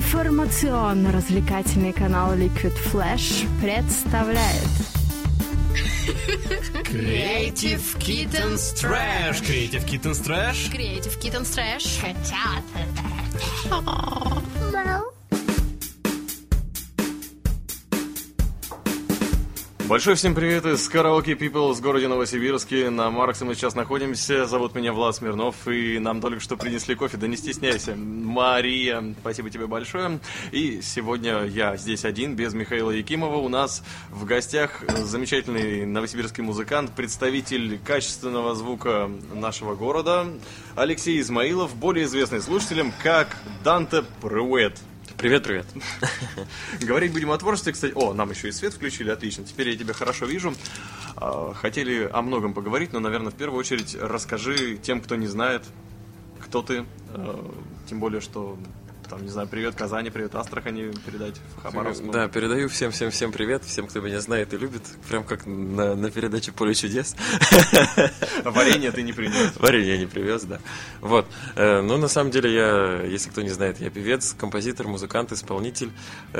Информационно-развлекательный канал Liquid Flash представляет Creative Kittens Trash. Creative Kittens Trash. Creative Kittens Trash. Большой всем привет из Karaoke People с города Новосибирске. На Марксе мы сейчас находимся. Зовут меня Влад Смирнов, и нам только что принесли кофе. Да не стесняйся. Мария, спасибо тебе большое. И сегодня я здесь один, без Михаила Якимова. У нас в гостях замечательный новосибирский музыкант, представитель качественного звука нашего города, Алексей Измаилов, более известный слушателям как Данте Привет. Привет. Говорить будем о творчестве, кстати. О, нам еще и свет включили, отлично. Теперь я тебя хорошо вижу. Хотели о многом поговорить, но, наверное, в первую очередь расскажи тем, кто не знает, кто ты. Тем более, что, там, не знаю, привет Казани, привет Астрахани передать в Хабаровску. Да, передаю всем привет, всем, кто меня знает и любит. Прям как на передаче «Поле чудес». Варенье ты не принес. Варенье я не привез, да. Вот. Ну, на самом деле, я, если кто не знает, я певец, композитор, музыкант, исполнитель.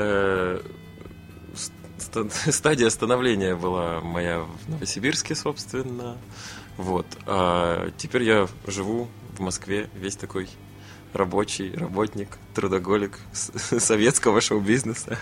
Стадия становления была моя в Новосибирске, собственно. Вот. А теперь я живу в Москве, весь такой рабочий, работник, трудоголик советского шоу-бизнеса.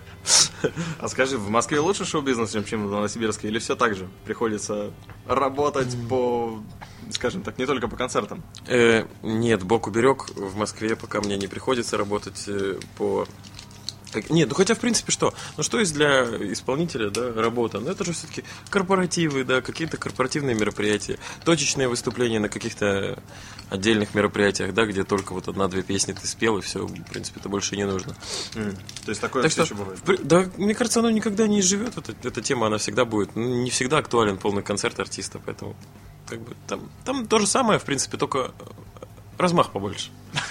А скажи, в Москве лучше шоу-бизнес, чем в Новосибирске? Или все так же? Приходится работать по, скажем так, не только по концертам? Нет, бок уберег. В Москве пока мне не приходится работать по... Нет, ну хотя в принципе что? Ну что есть для исполнителя, да, работа? Ну это же все-таки корпоративы, да, какие-то корпоративные мероприятия, точечные выступления на каких-то отдельных мероприятиях, да, где только вот одна-две песни ты спел, и все, в принципе, это больше не нужно. То есть такое так все что, еще бывает? Да, мне кажется, оно никогда не изживет, эта тема, она всегда будет. Ну, не всегда актуален полный концерт артиста, поэтому как бы там то же самое, в принципе, только размах побольше.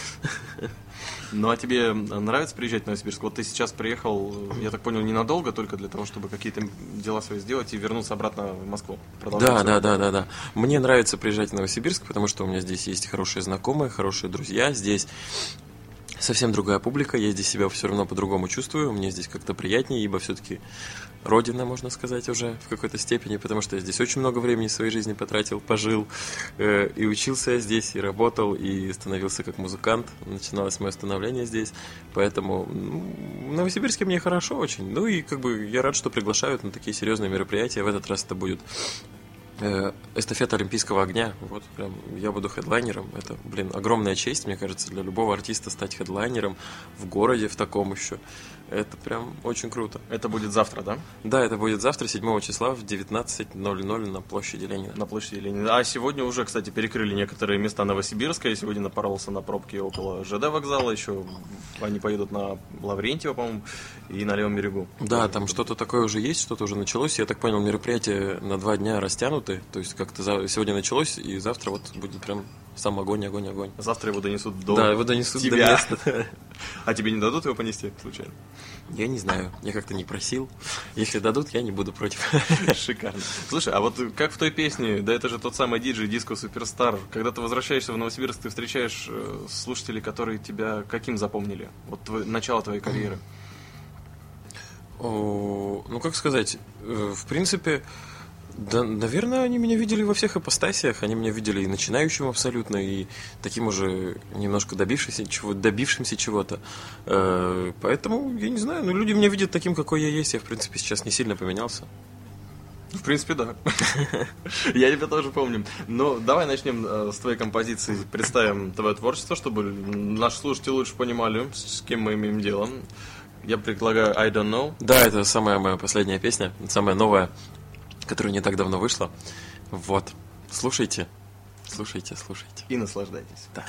Ну, а тебе нравится приезжать в Новосибирск? Вот ты сейчас приехал, я так понял, ненадолго, только для того, чтобы какие-то дела свои сделать и вернуться обратно в Москву. Да. Мне нравится приезжать в Новосибирск, потому что у меня здесь есть хорошие знакомые, хорошие друзья. Здесь совсем другая публика, я здесь себя все равно по-другому чувствую. Мне здесь как-то приятнее, ибо все-таки родина, можно сказать, уже в какой-то степени, потому что я здесь очень много времени в своей жизни потратил, пожил, и учился я здесь, и работал, и становился как музыкант. Начиналось мое становление здесь, поэтому в Новосибирске мне хорошо очень. Ну и как бы я рад, что приглашают на такие серьезные мероприятия. В этот раз это будет эстафета Олимпийского огня. Вот прям я буду хедлайнером. Это, огромная честь, мне кажется, для любого артиста стать хедлайнером в городе, в таком еще. Это прям очень круто. Это будет завтра, да? Да, это будет завтра, 7 числа в 19:00 на площади Ленина. На площади Ленина. А сегодня уже, кстати, перекрыли некоторые места Новосибирска. Я сегодня напоролся на пробки около ЖД вокзала. Еще они поедут на Лаврентьево, по-моему, и на Левом берегу. Да, там что-то такое уже есть, что-то уже началось. Я так понял, мероприятие на 2 дня растянуты. То есть как-то сегодня началось, и завтра вот будет прям сам огонь. Завтра его донесут до Да, его донесут тебя. До места. А тебе не дадут его понести, случайно? Я не знаю, я как-то не просил. Если дадут, я не буду против. Шикарно. Слушай, а вот как в той песне, да это же тот самый диджей Диско Суперстар, когда ты возвращаешься в Новосибирск, ты встречаешь слушателей, которые тебя каким запомнили? Вот начало твоей карьеры. Ну, как сказать, в принципе... Да, наверное, они меня видели во всех ипостасиях. Они меня видели и начинающим абсолютно, и таким уже немножко добившимся чего-то. Поэтому, я не знаю, люди меня видят таким, какой я есть. Я, в принципе, сейчас не сильно поменялся. В принципе, да. Я тебя тоже помню. Но давай начнем с твоей композиции. Представим твое творчество, чтобы наши слушатели лучше понимали, с кем мы имеем дело. Я предлагаю I Don't Know. Да, это самая моя последняя песня, самая новая, которая не так давно вышла. Вот. Слушайте. И наслаждайтесь. Да.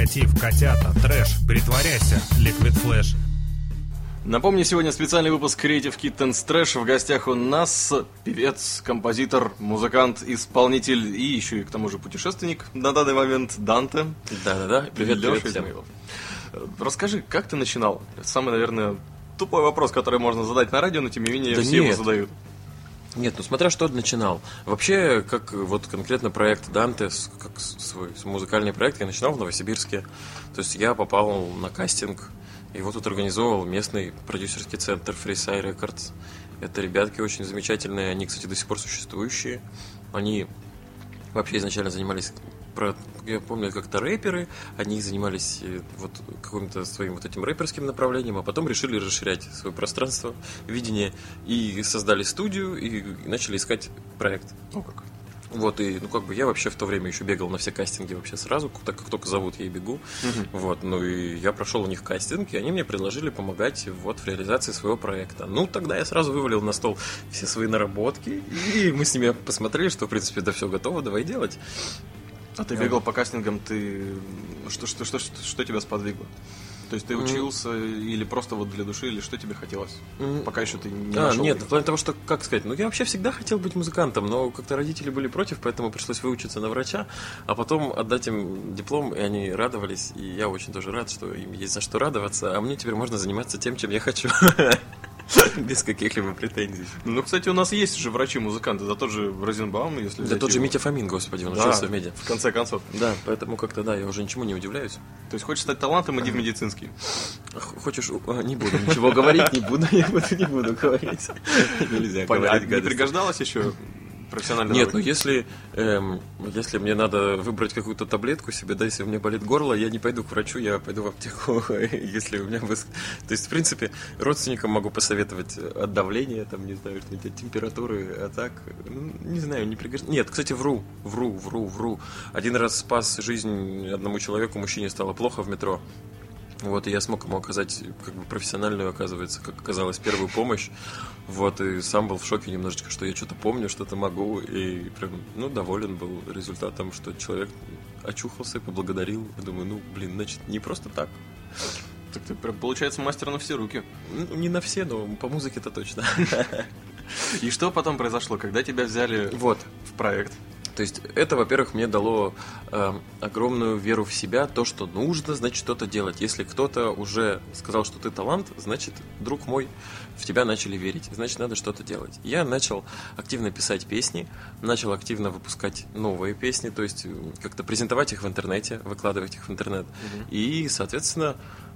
креатив, котята, трэш, притворяйся, Liquid Flash. Напомню, сегодня специальный выпуск Creative Kittens Trash. В гостях у нас певец, композитор, музыкант, исполнитель и еще и к тому же путешественник на данный момент Данте. Да-да-да, привет, Лёша всем. Измаилов. Расскажи, как ты начинал? Это самый, наверное, тупой вопрос, который можно задать на радио, но тем не менее Да все его нет. задают. Нет, ну смотря что начинал. Вообще, как вот конкретно проект Данте, как свой музыкальный проект, я начинал в Новосибирске. То есть я попал на кастинг, его тут организовал местный продюсерский центр Freeside Records. Это ребятки очень замечательные, они, кстати, до сих пор существующие. Они вообще изначально занимались, я помню, как-то рэперы, они занимались вот каким-то своим вот этим рэперским направлением, а потом решили расширять свое пространство, видение, и создали студию, и начали искать проект. Ну как? Вот, и, ну, как бы, я вообще в то время еще бегал на все кастинги вообще сразу, так как только зовут, я и бегу. Вот, ну, и я прошел у них кастинг, и они мне предложили помогать вот в реализации своего проекта. Ну, тогда я сразу вывалил на стол все свои наработки, и мы с ними посмотрели, что, в принципе, да все готово, давай делать. А ты бегал по кастингам, ты... Что тебя сподвигло? То есть ты учился или просто вот для души, или что тебе хотелось? Пока еще ты не нашел. Нет, в плане того, что, как сказать, ну я вообще всегда хотел быть музыкантом, но как-то родители были против, поэтому пришлось выучиться на врача, а потом отдать им диплом, и они радовались, и я очень тоже рад, что им есть за что радоваться, а мне теперь можно заниматься тем, чем я хочу. Без каких-либо претензий. Ну, кстати, у нас есть же врачи-музыканты, да тот же Розенбаум, если Да тот же Митя Фомин, господи, он учился в меди. В конце концов. Да, поэтому как-то, да, я уже ничему не удивляюсь. То есть, хочешь стать талантом, иди в медицинский. Хочешь, не буду ничего говорить, не буду говорить. Нельзя говорить Не пригождалось еще профессионально? Нет, ну если мне надо выбрать какую-то таблетку себе, да, если у меня болит горло, я не пойду к врачу, я пойду в аптеку, если у меня... То есть, в принципе, родственникам могу посоветовать от давления, там, не знаю, от температуры, а так, не знаю, не пригождается. Нет, кстати, вру. Один раз спас жизнь одному человеку, мужчине стало плохо в метро. Вот, и я смог ему оказать, как бы, профессиональную, оказывается, как оказалось, первую помощь. Вот, и сам был в шоке немножечко, что я что-то помню, что-то могу. И прям, ну, доволен был результатом, что человек очухался и поблагодарил. Я думаю, значит, не просто так. Так ты прям, получается, мастер на все руки. Ну, не на все, но по музыке-то точно. И что потом произошло, когда тебя взяли в проект? То есть это, во-первых, мне дало огромную веру в себя, то, что нужно, значит, что-то делать. Если кто-то уже сказал, что ты талант, значит, друг мой, в тебя начали верить, значит, надо что-то делать. Я начал активно писать песни, начал активно выпускать новые песни, то есть как-то презентовать их в интернете, выкладывать их в интернет. И, соответственно,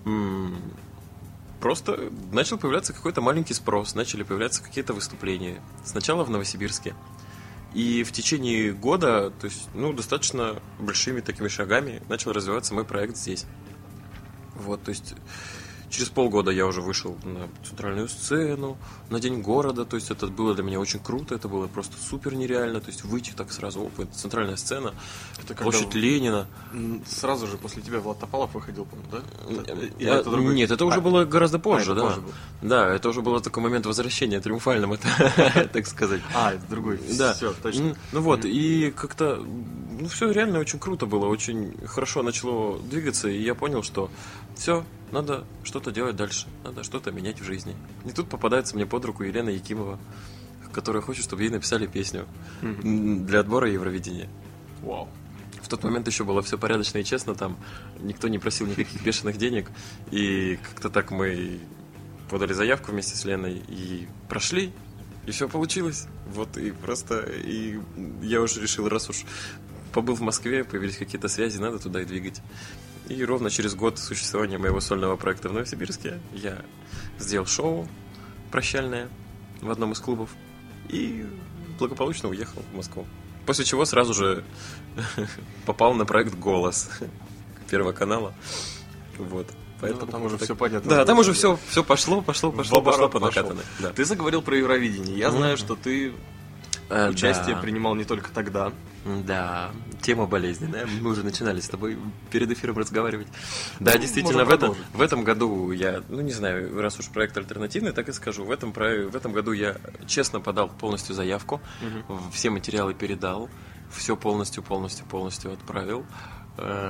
просто начал появляться какой-то маленький спрос, начали появляться какие-то выступления. Сначала в Новосибирске. И в течение года, то есть, достаточно большими такими шагами начал развиваться мой проект здесь. Вот, то есть, через полгода я уже вышел на центральную сцену, на День города, то есть, это было для меня очень круто, это было просто супер нереально, то есть, выйти так сразу, это центральная сцена, это площадь Ленина. Сразу же после тебя Влад Топалов выходил, по-моему, да? Нет, это уже было гораздо позже, да. Позже было. Да, это уже был такой момент возвращения триумфальным, так сказать. Это другой. Да. Все, точно. И как-то, все реально очень круто было, очень хорошо начало двигаться, и я понял, что все, надо что-то делать дальше, надо что-то менять в жизни. И тут попадается мне под руку Елена Якимова, которая хочет, чтобы ей написали песню для отбора Евровидения. Вау. В тот момент еще было все порядочно и честно, там никто не просил никаких бешеных денег, и как-то так мы подали заявку вместе с Леной и прошли, и все получилось. Вот, и просто, и я уже решил, раз уж побыл в Москве, появились какие-то связи, надо туда и двигать. И ровно через год существования моего сольного проекта в Новосибирске я сделал шоу прощальное в одном из клубов и благополучно уехал в Москву. После чего сразу же попал на проект «Голос» Первого канала. Вот. Поэтому там уже все понятно. Да, там уже все пошло по накатанной. Да. Ты заговорил про Евровидение. Я знаю, что ты участие принимал не только тогда. Да, тема болезненная. Мы уже начинали с тобой перед эфиром разговаривать. Да, действительно, в этом году я, не знаю, раз уж проект альтернативный, так и скажу. В этом году я честно подал полностью заявку, все материалы передал, все полностью отправил.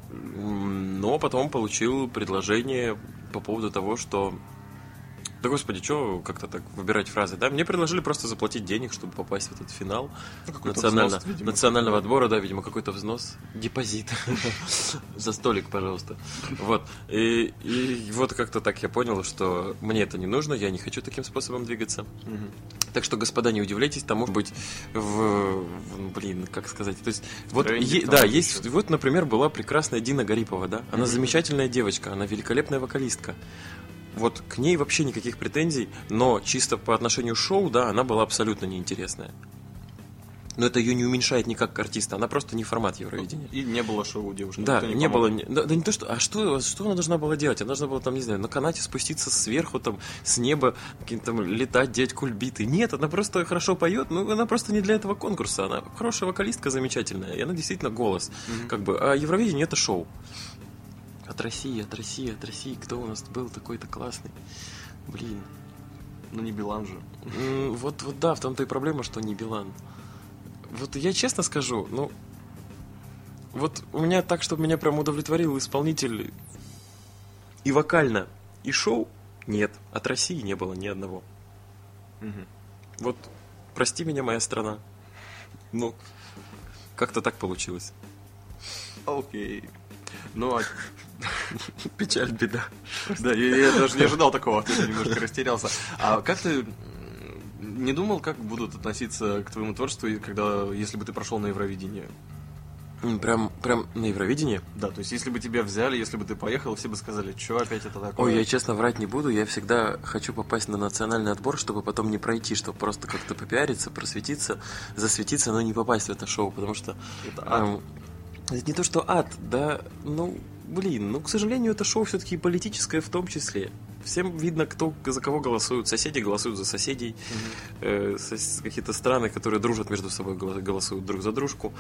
Но потом получил предложение по поводу того, что... Да господи, что как-то так выбирать фразы, да? Мне предложили просто заплатить денег, чтобы попасть в этот финал национального отбора, да, видимо, какой-то взнос, депозит за столик, пожалуйста. Вот. И вот как-то так я понял, что мне это не нужно, я не хочу таким способом двигаться. Так что, господа, не удивляйтесь, там может быть как сказать, то есть, вот, да, есть, вот, например, была прекрасная Дина Гарипова, да? Она замечательная девочка, она великолепная вокалистка. Вот к ней вообще никаких претензий, но чисто по отношению к шоу, да, она была абсолютно неинтересная. Но это ее не уменьшает никак как артиста, она просто не формат Евровидения. И не было шоу у девушки. Да, не было. Да не то, что. А что она должна была делать? Она должна была там, не знаю, на канате спуститься сверху, там, с неба, каким-то там летать, делать кульбиты. Нет, она просто хорошо поет, но она просто не для этого конкурса. Она хорошая вокалистка, замечательная, и она действительно голос. Как бы, а Евровидение это шоу. От России, кто у нас был такой-то классный? Блин. Ну не Билан же. Вот да, в том-то и проблема, что не Билан. Вот я честно скажу, ну, вот у меня так, чтобы меня прям удовлетворил исполнитель и вокально, и шоу, нет. От России не было ни одного. Вот, прости меня, моя страна. Ну, как-то так получилось. Окей. Ну, а... Печаль, беда. Да, я даже не ожидал такого, ты немножко растерялся. А как ты не думал, как будут относиться к твоему творчеству, если бы ты прошел на Евровидение? Прям на Евровидение? Да, то есть если бы тебя взяли, если бы ты поехал, все бы сказали, что опять это такое? Ой, я честно врать не буду, я всегда хочу попасть на национальный отбор, чтобы потом не пройти, чтобы просто как-то попиариться, просветиться, засветиться, но не попасть в это шоу, потому что... Это ад. Это не то, что ад, да, к сожалению, это шоу все-таки политическое в том числе. Всем видно, кто за кого голосуют. Соседи голосуют за соседей. Какие-то страны, которые дружат между собой, голосуют друг за дружку.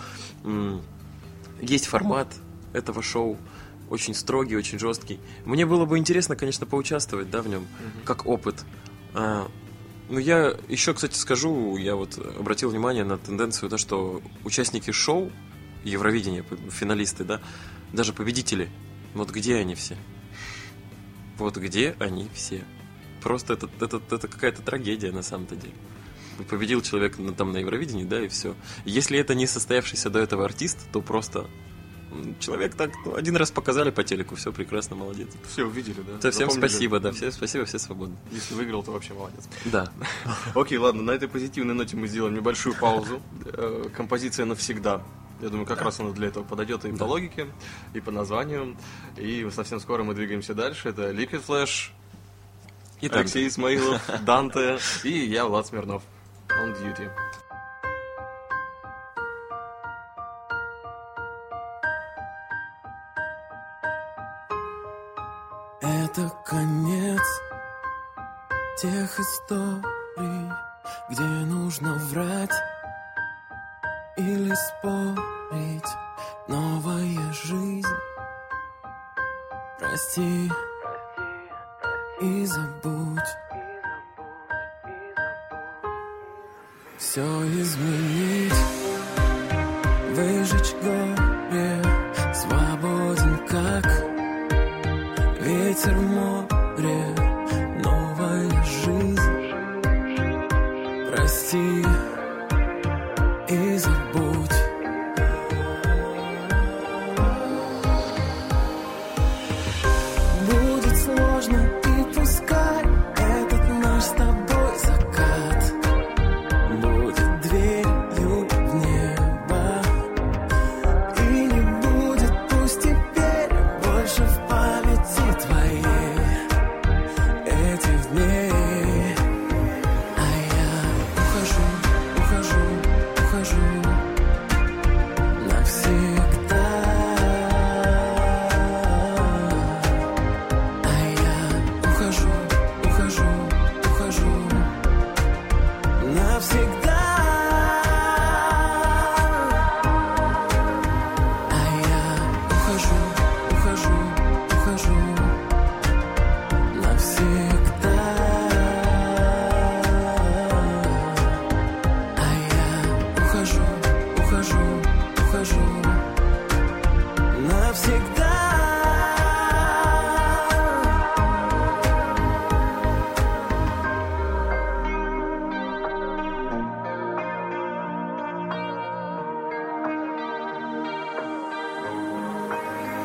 Есть формат этого шоу. Очень строгий, очень жесткий. Мне было бы интересно, конечно, поучаствовать, да, в нем, как опыт. Я еще, кстати, скажу, я вот обратил внимание на тенденцию, да, что участники шоу Евровидения, финалисты, да, даже победители, вот где они все? Вот где они все? Просто это какая-то трагедия на самом-то деле. Победил человек там на Евровидении, да, и все. Если это не состоявшийся до этого артист, то просто человек так, один раз показали по телеку, все прекрасно, молодец. Все увидели, да? Да, всем спасибо, да, всем спасибо, все свободны. Если выиграл, то вообще молодец. Да. Окей, ладно, на этой позитивной ноте мы сделаем небольшую паузу. Композиция «Навсегда». Я думаю, как раз она для этого подойдет и по логике, и по названию. И совсем скоро мы двигаемся дальше. Это Liquid Flash, и Алексей Исмаилов, Данте и я, Влад Смирнов. On duty. Это конец тех историй, где нужно врать или спорить. Новая жизнь. Прости и забудь. Все изменить, выжечь горе. Свободен, как ветер в море. Новая жизнь. Прости и забудь. Будет сложно, и пускай этот наш с тобой закат будет дверью в небо. И не будет, пусть теперь больше в памяти твоей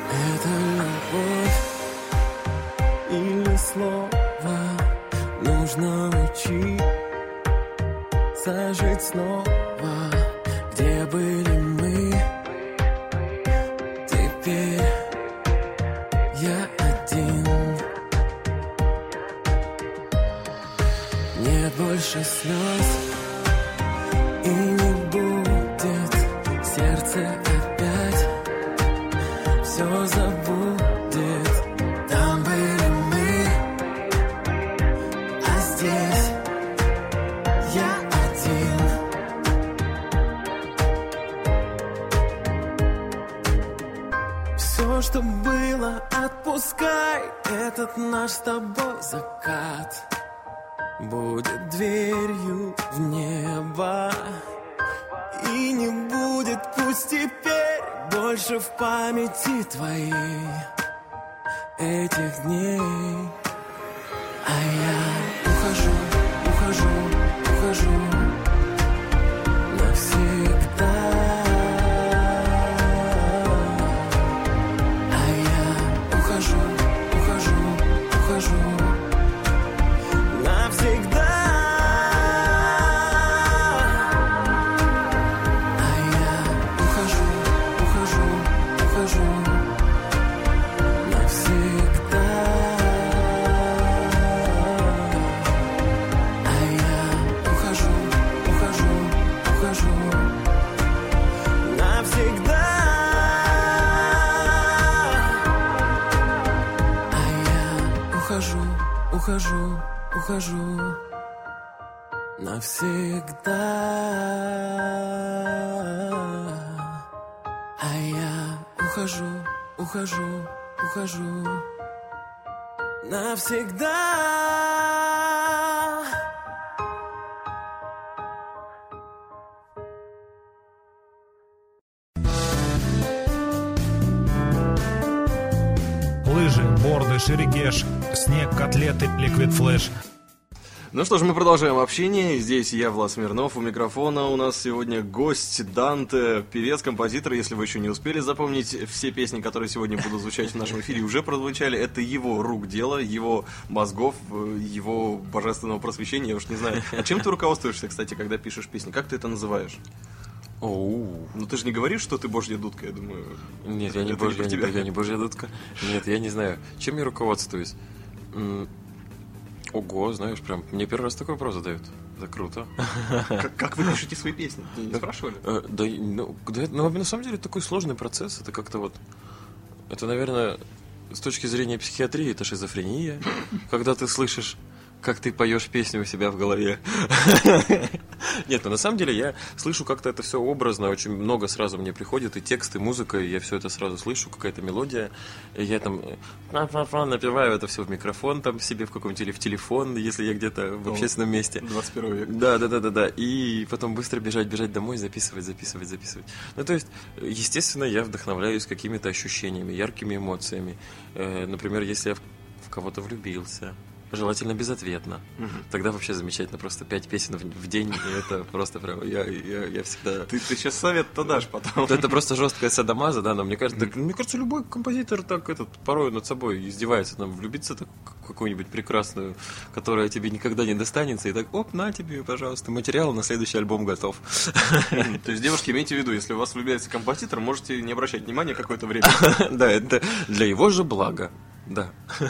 Это любовь или слово? Нужно учиться жить снова. Где были мы? Теперь я один. Нет больше слез и не будет. Сердце опять все забудет. Там были мы, а здесь я один. Все, что было, отпускай. Этот наш с тобой закат будет дверью в небо. И не будет пусть теперь больше в памяти твоей этих дней. А я ухожу, ухожу, ухожу навсегда. А я ухожу, ухожу, ухожу навсегда. А я ухожу, ухожу, ухожу навсегда. А я ухожу, ухожу, ухожу навсегда. А я ухожу, ухожу, ухожу навсегда. А я ухожу, ухожу, ухожу навсегда. Лыжи, борды, шерегеш, снег, котлеты, Liquid Flash. Ну что ж, мы продолжаем общение. Здесь я, Влад Смирнов. У микрофона у нас сегодня гость Данте, певец, композитор. Если вы еще не успели запомнить, все песни, которые сегодня будут звучать в нашем эфире, уже прозвучали. Это его рук дело, его мозгов, его божественного просвещения. Я уж не знаю. А чем ты руководствуешься, кстати, когда пишешь песни? Как ты это называешь? Оу. Ну ты же не говоришь, что ты божья дудка, я думаю. Нет, я не это божья, про тебя. я не божья дудка. Нет, я не знаю. Чем я руководствуюсь? Ого, знаешь, прям мне первый раз такой вопрос задают. Это круто. Как вы пишете свои песни? Не спрашивали? Да, на самом деле это такой сложный процесс. Это как-то вот... Это, наверное, с точки зрения психиатрии, это шизофрения. Когда ты слышишь, как ты поешь песню у себя в голове. Нет, ну на самом деле я слышу как-то это все образно, очень много сразу мне приходит, и текст, и музыка, и я все это сразу слышу, какая-то мелодия, и я там напеваю это все в микрофон, там себе в каком-нибудь или в телефон, если я где-то в общественном месте. 21 век. Да, и потом быстро бежать домой, записывать. Ну, то есть, естественно, я вдохновляюсь какими-то ощущениями, яркими эмоциями. Например, если я в кого-то влюбился, желательно безответно. Тогда вообще замечательно. Просто 5 песен в день. И это просто прям... Я всегда... Ты сейчас совет-то дашь потом. Это просто жесткая садомаза, да, но мне кажется, любой композитор так порой над собой издевается. Там, влюбиться в какую-нибудь прекрасную, которая тебе никогда не достанется, и так, оп, на тебе, пожалуйста, материал, на следующий альбом готов. То есть, девушки, имейте в виду, если у вас влюбляется композитор, можете не обращать внимания какое-то время. Да, это для его же блага. Да.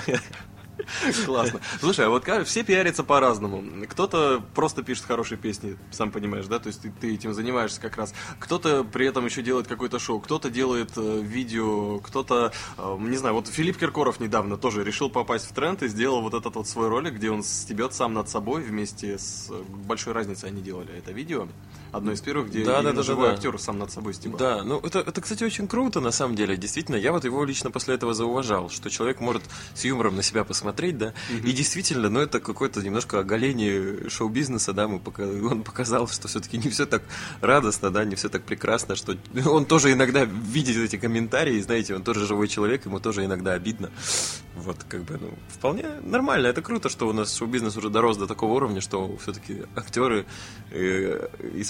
Классно. Слушай, а вот все пиарятся по-разному. Кто-то просто пишет хорошие песни, сам понимаешь, да? То есть ты этим занимаешься как раз. Кто-то при этом еще делает какое-то шоу, кто-то делает видео, кто-то, не знаю, вот Филипп Киркоров недавно тоже решил попасть в тренд и сделал вот этот вот свой ролик, где он стебет сам над собой вместе с... Большой разницей они делали это видео. Одно из первых, где живой актер сам над собой стебал. Да, ну это, кстати, очень круто, на самом деле. Действительно, я вот его лично после этого зауважал, что человек может с юмором на себя посмотреть, да, и действительно, ну это какое-то немножко оголение шоу-бизнеса, да, он показал, что все-таки не все так радостно, да, не все так прекрасно, что он тоже иногда видит эти комментарии, знаете, он тоже живой человек, ему тоже иногда обидно. Вот, как бы, ну, вполне нормально, это круто, что у нас шоу-бизнес уже дорос до такого уровня, что все-таки актеры,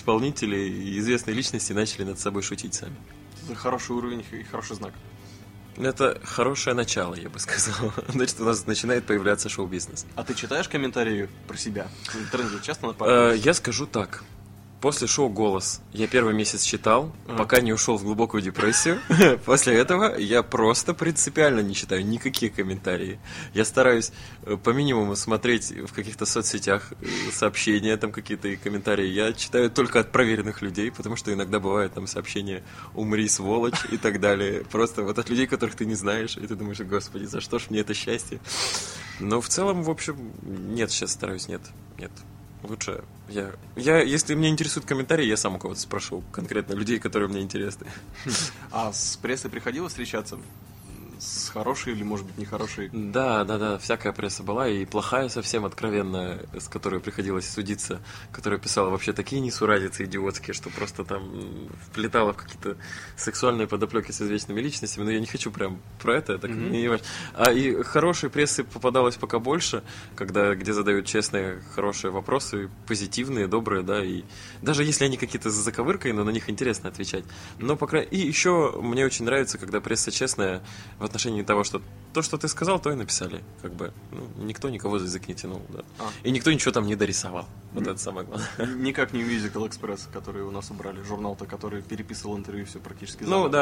исполнители и известные личности начали над собой шутить сами. Это хороший уровень и хороший знак. Это хорошее начало, я бы сказал. Значит, у нас начинает появляться шоу-бизнес. А ты читаешь комментарии про себя? В интернете часто нападают? Я скажу так. После шоу «Голос» я первый месяц читал, пока не ушел в глубокую депрессию. После этого я просто принципиально не читаю никакие комментарии. Я стараюсь по минимуму смотреть в каких-то соцсетях сообщения, там какие-то и комментарии. Я читаю только от проверенных людей, потому что иногда бывают там сообщения «умри, сволочь» и так далее. Просто вот от людей, которых ты не знаешь, и ты думаешь: господи, за что ж мне это счастье? Но в целом, в общем, нет, сейчас стараюсь, нет. Лучше если меня интересуют комментарии, я сам у кого-то спрошу, конкретно людей, которые мне интересны. А с прессой приходилось встречаться? С хорошей или, может быть, нехорошей? Да, всякая пресса была, и плохая совсем, откровенная, с которой приходилось судиться, которая писала вообще такие несуразицы идиотские, что просто там вплетала в какие-то сексуальные подоплеки с известными личностями, но я не хочу прям про это не важно. А и хорошей прессы попадалось пока больше, где задают честные, хорошие вопросы, позитивные, добрые, да, и даже если они какие-то с заковыркой, но на них интересно отвечать. Но и еще мне очень нравится, когда пресса честная в отношении того, что то, что ты сказал, то и написали. Никто никого за язык не тянул, да. И никто ничего там не дорисовал. Вот это самое главное. Никак не Musical Express, который у нас убрали, журнал-то, который переписывал интервью все практически.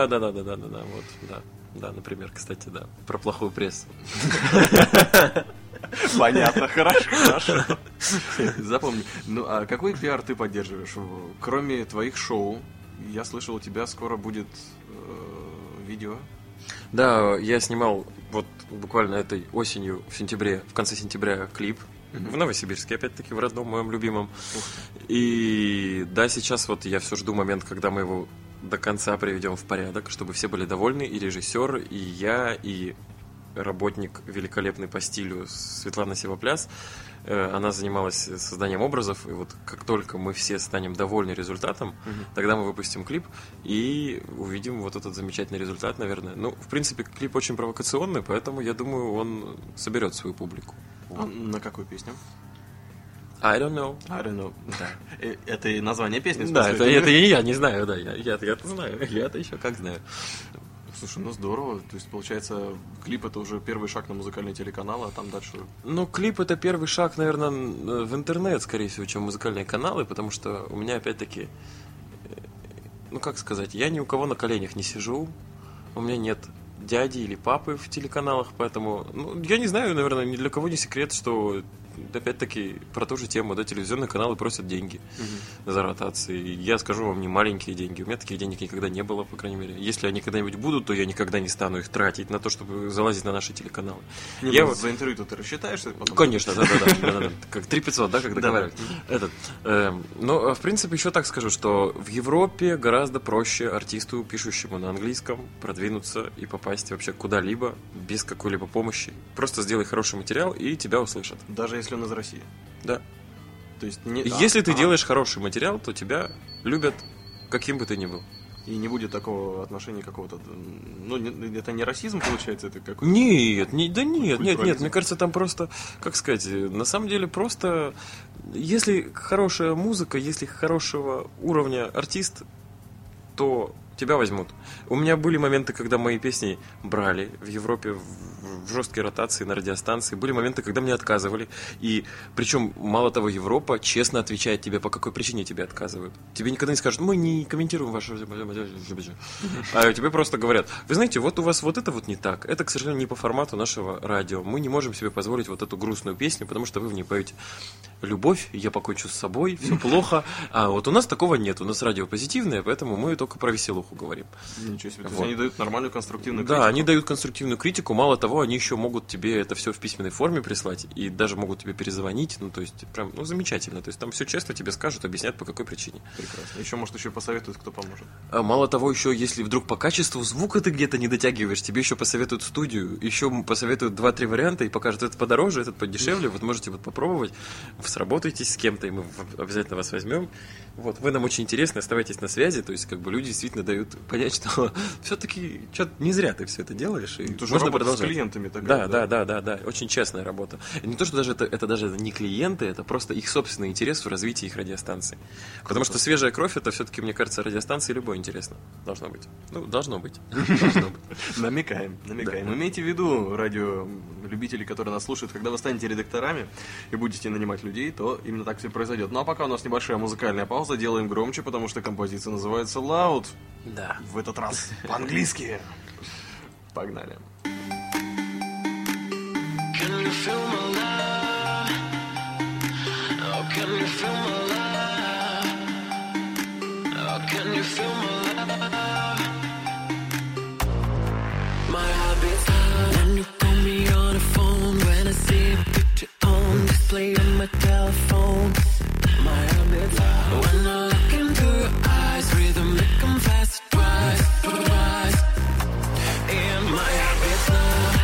Да, например, кстати, да, про плохую прессу. Понятно, хорошо. Запомни. Ну, а какой пиар ты поддерживаешь? Кроме твоих шоу, я слышал, у тебя скоро будет видео. Да, я снимал вот буквально этой осенью, в конце сентября клип в Новосибирске, опять-таки, в родном моем любимом. И да, сейчас вот я все жду момент, когда мы его до конца приведем в порядок, чтобы все были довольны, и режиссер, и я, и работник великолепный по стилю Светлана Сивопляс. Она занималась созданием образов, и вот как только мы все станем довольны результатом, тогда мы выпустим клип и увидим вот этот замечательный результат, наверное. Ну, в принципе, клип очень провокационный, поэтому я думаю, он соберет свою публику. А на какую песню? I don't know. Да. Это и название песни? Да, это я не знаю, да, я-то знаю, я-то еще как знаю. Слушай, ну здорово. То есть, получается, клип — это уже первый шаг на музыкальный телеканал, а там дальше... Ну, клип — это первый шаг, наверное, в интернет, скорее всего, чем музыкальные каналы, потому что у меня, опять-таки, ну, как сказать, я ни у кого на коленях не сижу, у меня нет дяди или папы в телеканалах, поэтому, ну, я не знаю, наверное, ни для кого не секрет, что... Опять-таки, про ту же тему, да, телевизионные каналы просят деньги за ротации. Я скажу вам, не маленькие деньги. У меня таких денег никогда не было, по крайней мере. Если они когда-нибудь будут, то я никогда не стану их тратить на то, чтобы залазить на наши телеканалы. За интервью ты рассчитаешься потом? Конечно, да. Как 3500, да, как договаривались. Но, в принципе, еще так скажу, что в Европе гораздо проще артисту, пишущему на английском, продвинуться и попасть вообще куда-либо без какой-либо помощи. Просто сделай хороший материал, и тебя услышат. Даже если он из России? Да. То есть если ты делаешь хороший материал, то тебя любят, каким бы ты ни был. И не будет такого отношения какого-то... Ну, это не расизм, получается? Это какой-то... Нет, мне кажется, там просто, как сказать, на самом деле просто... Если хорошая музыка, если хорошего уровня артист, то тебя возьмут. У меня были моменты, когда мои песни брали в Европе в жесткие ротации на радиостанции. Были моменты, когда мне отказывали. И причем, мало того, Европа честно отвечает тебе, по какой причине тебе отказывают. Тебе никогда не скажут: мы не комментируем ваше... А тебе просто говорят: вы знаете, вот у вас вот это вот не так. Это, к сожалению, не по формату нашего радио. Мы не можем себе позволить вот эту грустную песню, потому что вы в ней поете любовь, я покончу с собой, все плохо. А вот у нас такого нет. У нас радио позитивное, поэтому мы только про веселуху говорим. Ничего себе. Вот. То есть они дают нормальную конструктивную критику? Да, они дают конструктивную критику. Мало того, они еще могут тебе это все в письменной форме прислать и даже могут тебе перезвонить. Ну, то есть, прям, ну, замечательно. То есть, там все честно тебе скажут, объяснят, по какой причине. Прекрасно. Еще, может, еще посоветуют, кто поможет. А мало того, еще, если вдруг по качеству звука ты где-то не дотягиваешь, тебе еще посоветуют студию, еще посоветуют 2-3 варианта и покажут: этот подороже, этот подешевле. Вот можете вот попробовать, сработаетесь с кем-то, и мы обязательно вас возьмем. Вот, вы нам очень интересны, оставайтесь на связи. То есть, как бы люди действительно дают понять, что все-таки что-то не зря ты все это делаешь. И Это же можно работа с продолжать. клиентами такая. Да. Очень честная работа. И не то, что даже это даже не клиенты, это просто их собственный интерес в развитии их радиостанции. Потому что свежая кровь, это все-таки, мне кажется, радиостанции любой интересно. Должно быть. Должно быть. Намекаем. Имейте в виду, радиолюбители, которые нас слушают, когда вы станете редакторами и будете нанимать людей, то именно так все произойдет. Ну а пока у нас небольшая музыкальная пауза, делаем громче, потому что композиция называется Loud. Да. В этот раз по-английски. Погнали. Can you feel my love? Oh, can you feel my love? Oh, can you feel my love? My heart beats loud when you call me on the phone. When I see a picture on display on my telephone. My heart beats loud when I look into your eyes. Rhythm make them fast, twice. And my heart beats loud.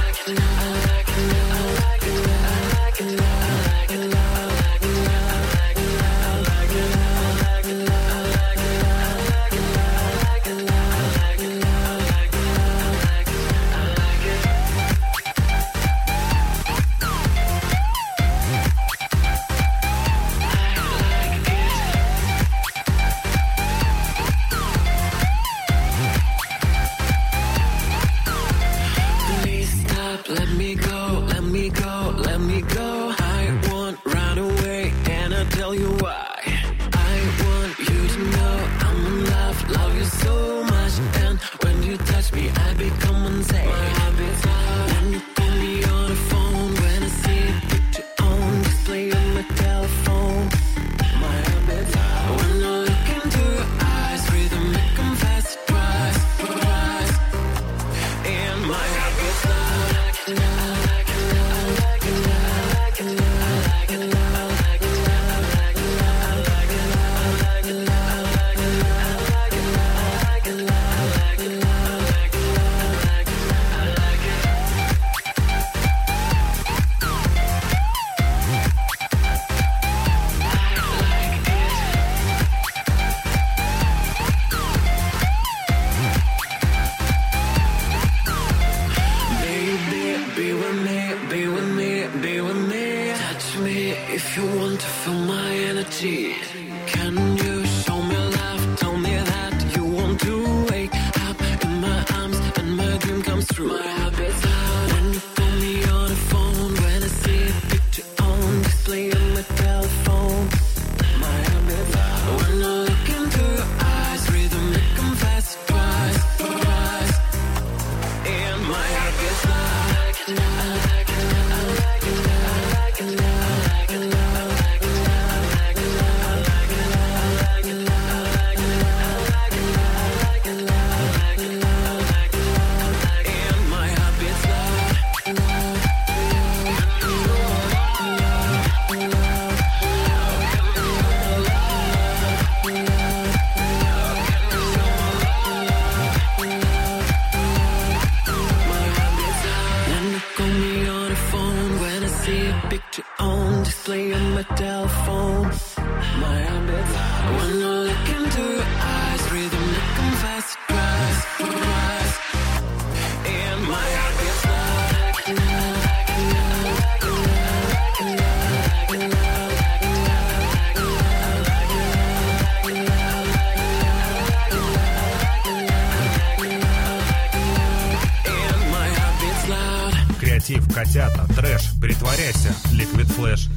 Котята, трэш, притворяйся, Liquid Flash.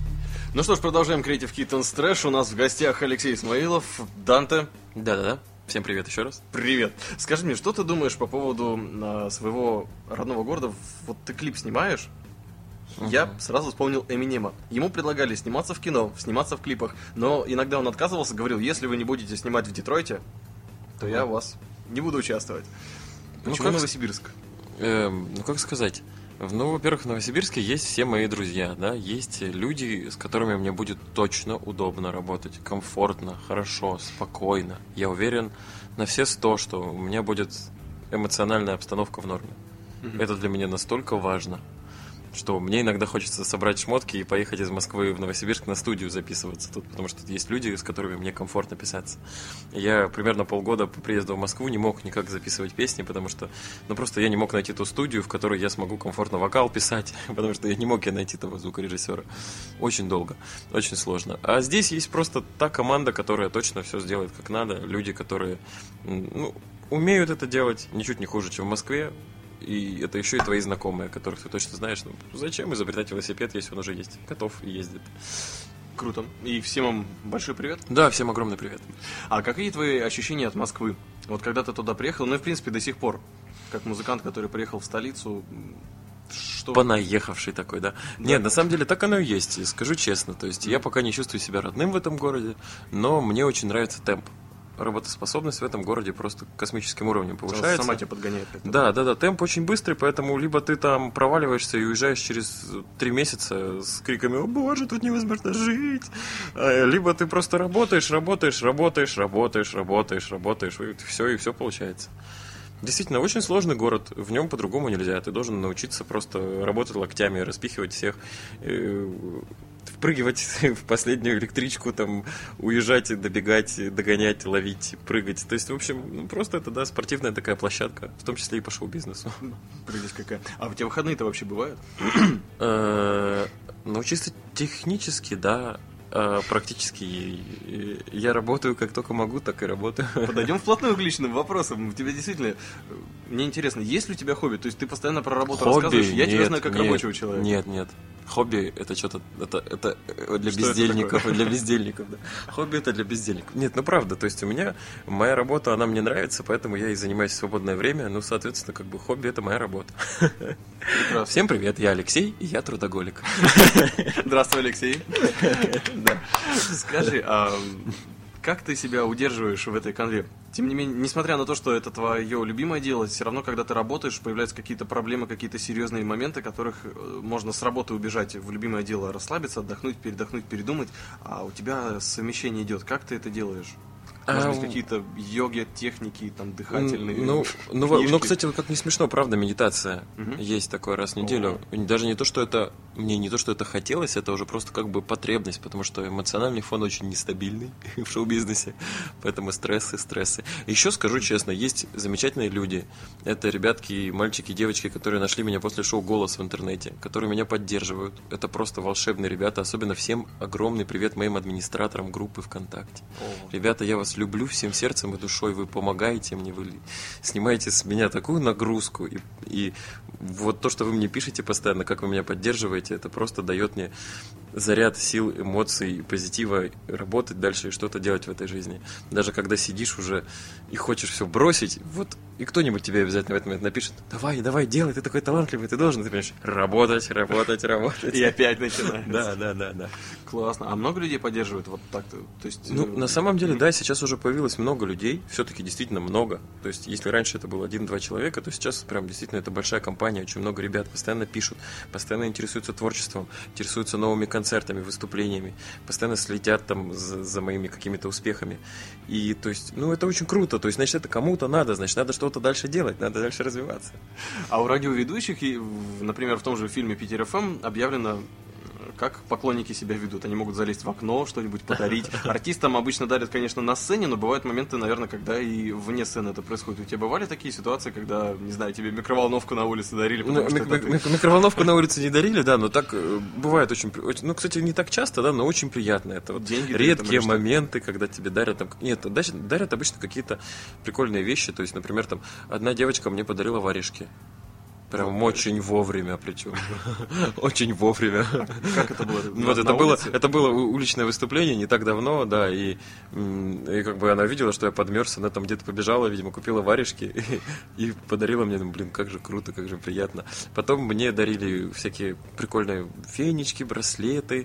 Ну что ж, продолжаем Creative Kittens Trash. У нас в гостях Алексей Исмаилов, Данте. Да. Всем привет еще раз. Привет. Скажи мне, что ты думаешь по поводу своего родного города? Вот ты клип снимаешь? Я сразу вспомнил Эминема. Ему предлагали сниматься в кино, сниматься в клипах, но иногда он отказывался, говорил, если вы не будете снимать в Детройте, то я у вас не буду участвовать. Почему Новосибирск? Как сказать? Во-первых, в Новосибирске есть все мои друзья, да, есть люди, с которыми мне будет точно удобно работать, комфортно, хорошо, спокойно. Я уверен на все 100, что у меня будет эмоциональная обстановка в норме. Это для меня настолько важно, что мне иногда хочется собрать шмотки и поехать из Москвы в Новосибирск на студию записываться тут, потому что тут есть люди, с которыми мне комфортно писаться. Я примерно полгода по приезду в Москву не мог никак записывать песни, потому что, просто я не мог найти ту студию, в которой я смогу комфортно вокал писать, потому что я не мог найти того звукорежиссера. Очень долго, очень сложно. А здесь есть просто та команда, которая точно все сделает как надо, люди, которые, умеют это делать ничуть не хуже, чем в Москве. И это еще и твои знакомые, которых ты точно знаешь. Зачем изобретать велосипед, если он уже есть, готов и ездит. Круто. И всем вам большой привет. Да, всем огромный привет. А какие твои ощущения от Москвы? Вот когда ты туда приехал, и в принципе до сих пор, как музыкант, который приехал в столицу, что... Понаехавший такой, да? Нет, на самом деле так оно и есть, скажу честно. То есть я пока не чувствую себя родным в этом городе, но мне очень нравится темп. Работоспособность в этом городе просто космическим уровнем повышается. Сама тебя подгоняет. Да, темп очень быстрый, поэтому либо ты там проваливаешься и уезжаешь через 3 месяца с криками «О боже, тут невозможно жить!», либо ты просто работаешь, и все получается. Действительно, очень сложный город, в нем по-другому нельзя. Ты должен научиться просто работать локтями, распихивать всех, впрыгивать в последнюю электричку, там, уезжать, добегать, догонять, ловить, прыгать. То есть, в общем, просто это, спортивная такая площадка, в том числе и по шоу-бизнесу. Прелесть какая. А у тебя выходные-то вообще бывают? Чисто технически, да. Практически я работаю как только могу, так и работаю. Подойдем вплотную к личным вопросам. У тебя действительно, мне интересно, есть ли у тебя хобби? То есть ты постоянно про работу рассказываешь? Я тебя знаю как рабочего человека. Нет. Хобби это что-то, это для бездельников, и для бездельников, да. Хобби это для бездельников. Нет, правда, то есть у меня моя работа, она мне нравится, поэтому я и занимаюсь в свободное время, соответственно, хобби это моя работа. Прекрасно. Всем привет, я Алексей, и я трудоголик. Здравствуй, Алексей. Скажи, как ты себя удерживаешь в этой конве? Тем не менее, несмотря на то, что это твое любимое дело, все равно, когда ты работаешь, появляются какие-то проблемы, какие-то серьезные моменты, которых можно с работы убежать в любимое дело, расслабиться, отдохнуть, передохнуть, передумать, а у тебя совмещение идет. Как ты это делаешь? Может быть, какие-то йоги, техники, там, дыхательные. Кстати, как не смешно, правда, медитация есть такой раз в неделю. Даже не то, что это мне не то, что это хотелось, это уже просто потребность, потому что эмоциональный фон очень нестабильный в шоу-бизнесе, поэтому стрессы. Еще скажу честно, есть замечательные люди. Это ребятки, мальчики, девочки, которые нашли меня после шоу «Голос» в интернете, которые меня поддерживают. Это просто волшебные ребята. Особенно всем огромный привет моим администраторам группы ВКонтакте. Ребята, я вас люблю всем сердцем и душой, вы помогаете мне, вы снимаете с меня такую нагрузку, и вот то, что вы мне пишете постоянно, как вы меня поддерживаете, это просто дает мне заряд сил, эмоций, позитива работать дальше и что-то делать в этой жизни. Даже когда сидишь уже и хочешь все бросить, и кто-нибудь тебе обязательно в этот момент напишет: давай, делай, ты такой талантливый, ты должен, ты понимаешь, работать. И опять начинается. Да. Классно. А много людей поддерживают вот так-то? То есть, на самом деле, да, сейчас уже появилось много людей, все-таки действительно много. То есть, если раньше это было 1-2 человека, то сейчас прям действительно это большая компания, очень много ребят постоянно пишут, постоянно интересуются творчеством, интересуются новыми концертами, выступлениями, постоянно следят там за моими какими-то успехами. И, то есть, это очень круто. То есть, значит, это кому-то надо, значит, надо что-то дальше делать, надо дальше развиваться. А у радиоведущих, например, в том же фильме «Питер ФМ» объявлено, как поклонники себя ведут. Они могут залезть в окно, что-нибудь подарить. Артистам обычно дарят, конечно, на сцене, но бывают моменты, наверное, когда и вне сцены это происходит. У тебя бывали такие ситуации, когда, не знаю, тебе микроволновку на улице дарили? Микроволновку на улице не дарили, да, но так бывает очень... кстати, не так часто, да, но очень приятно. Это деньги редкие моменты, когда тебе дарят... дарят обычно какие-то прикольные вещи. То есть, например, там одна девочка мне подарила варежки. Прям очень вовремя, причем. Очень вовремя. Как это было? Это было уличное выступление не так давно, да, и она видела, что я подмерз, она там где-то побежала, видимо, купила варежки и подарила мне, как же круто, как же приятно. Потом мне дарили всякие прикольные фенечки, браслеты.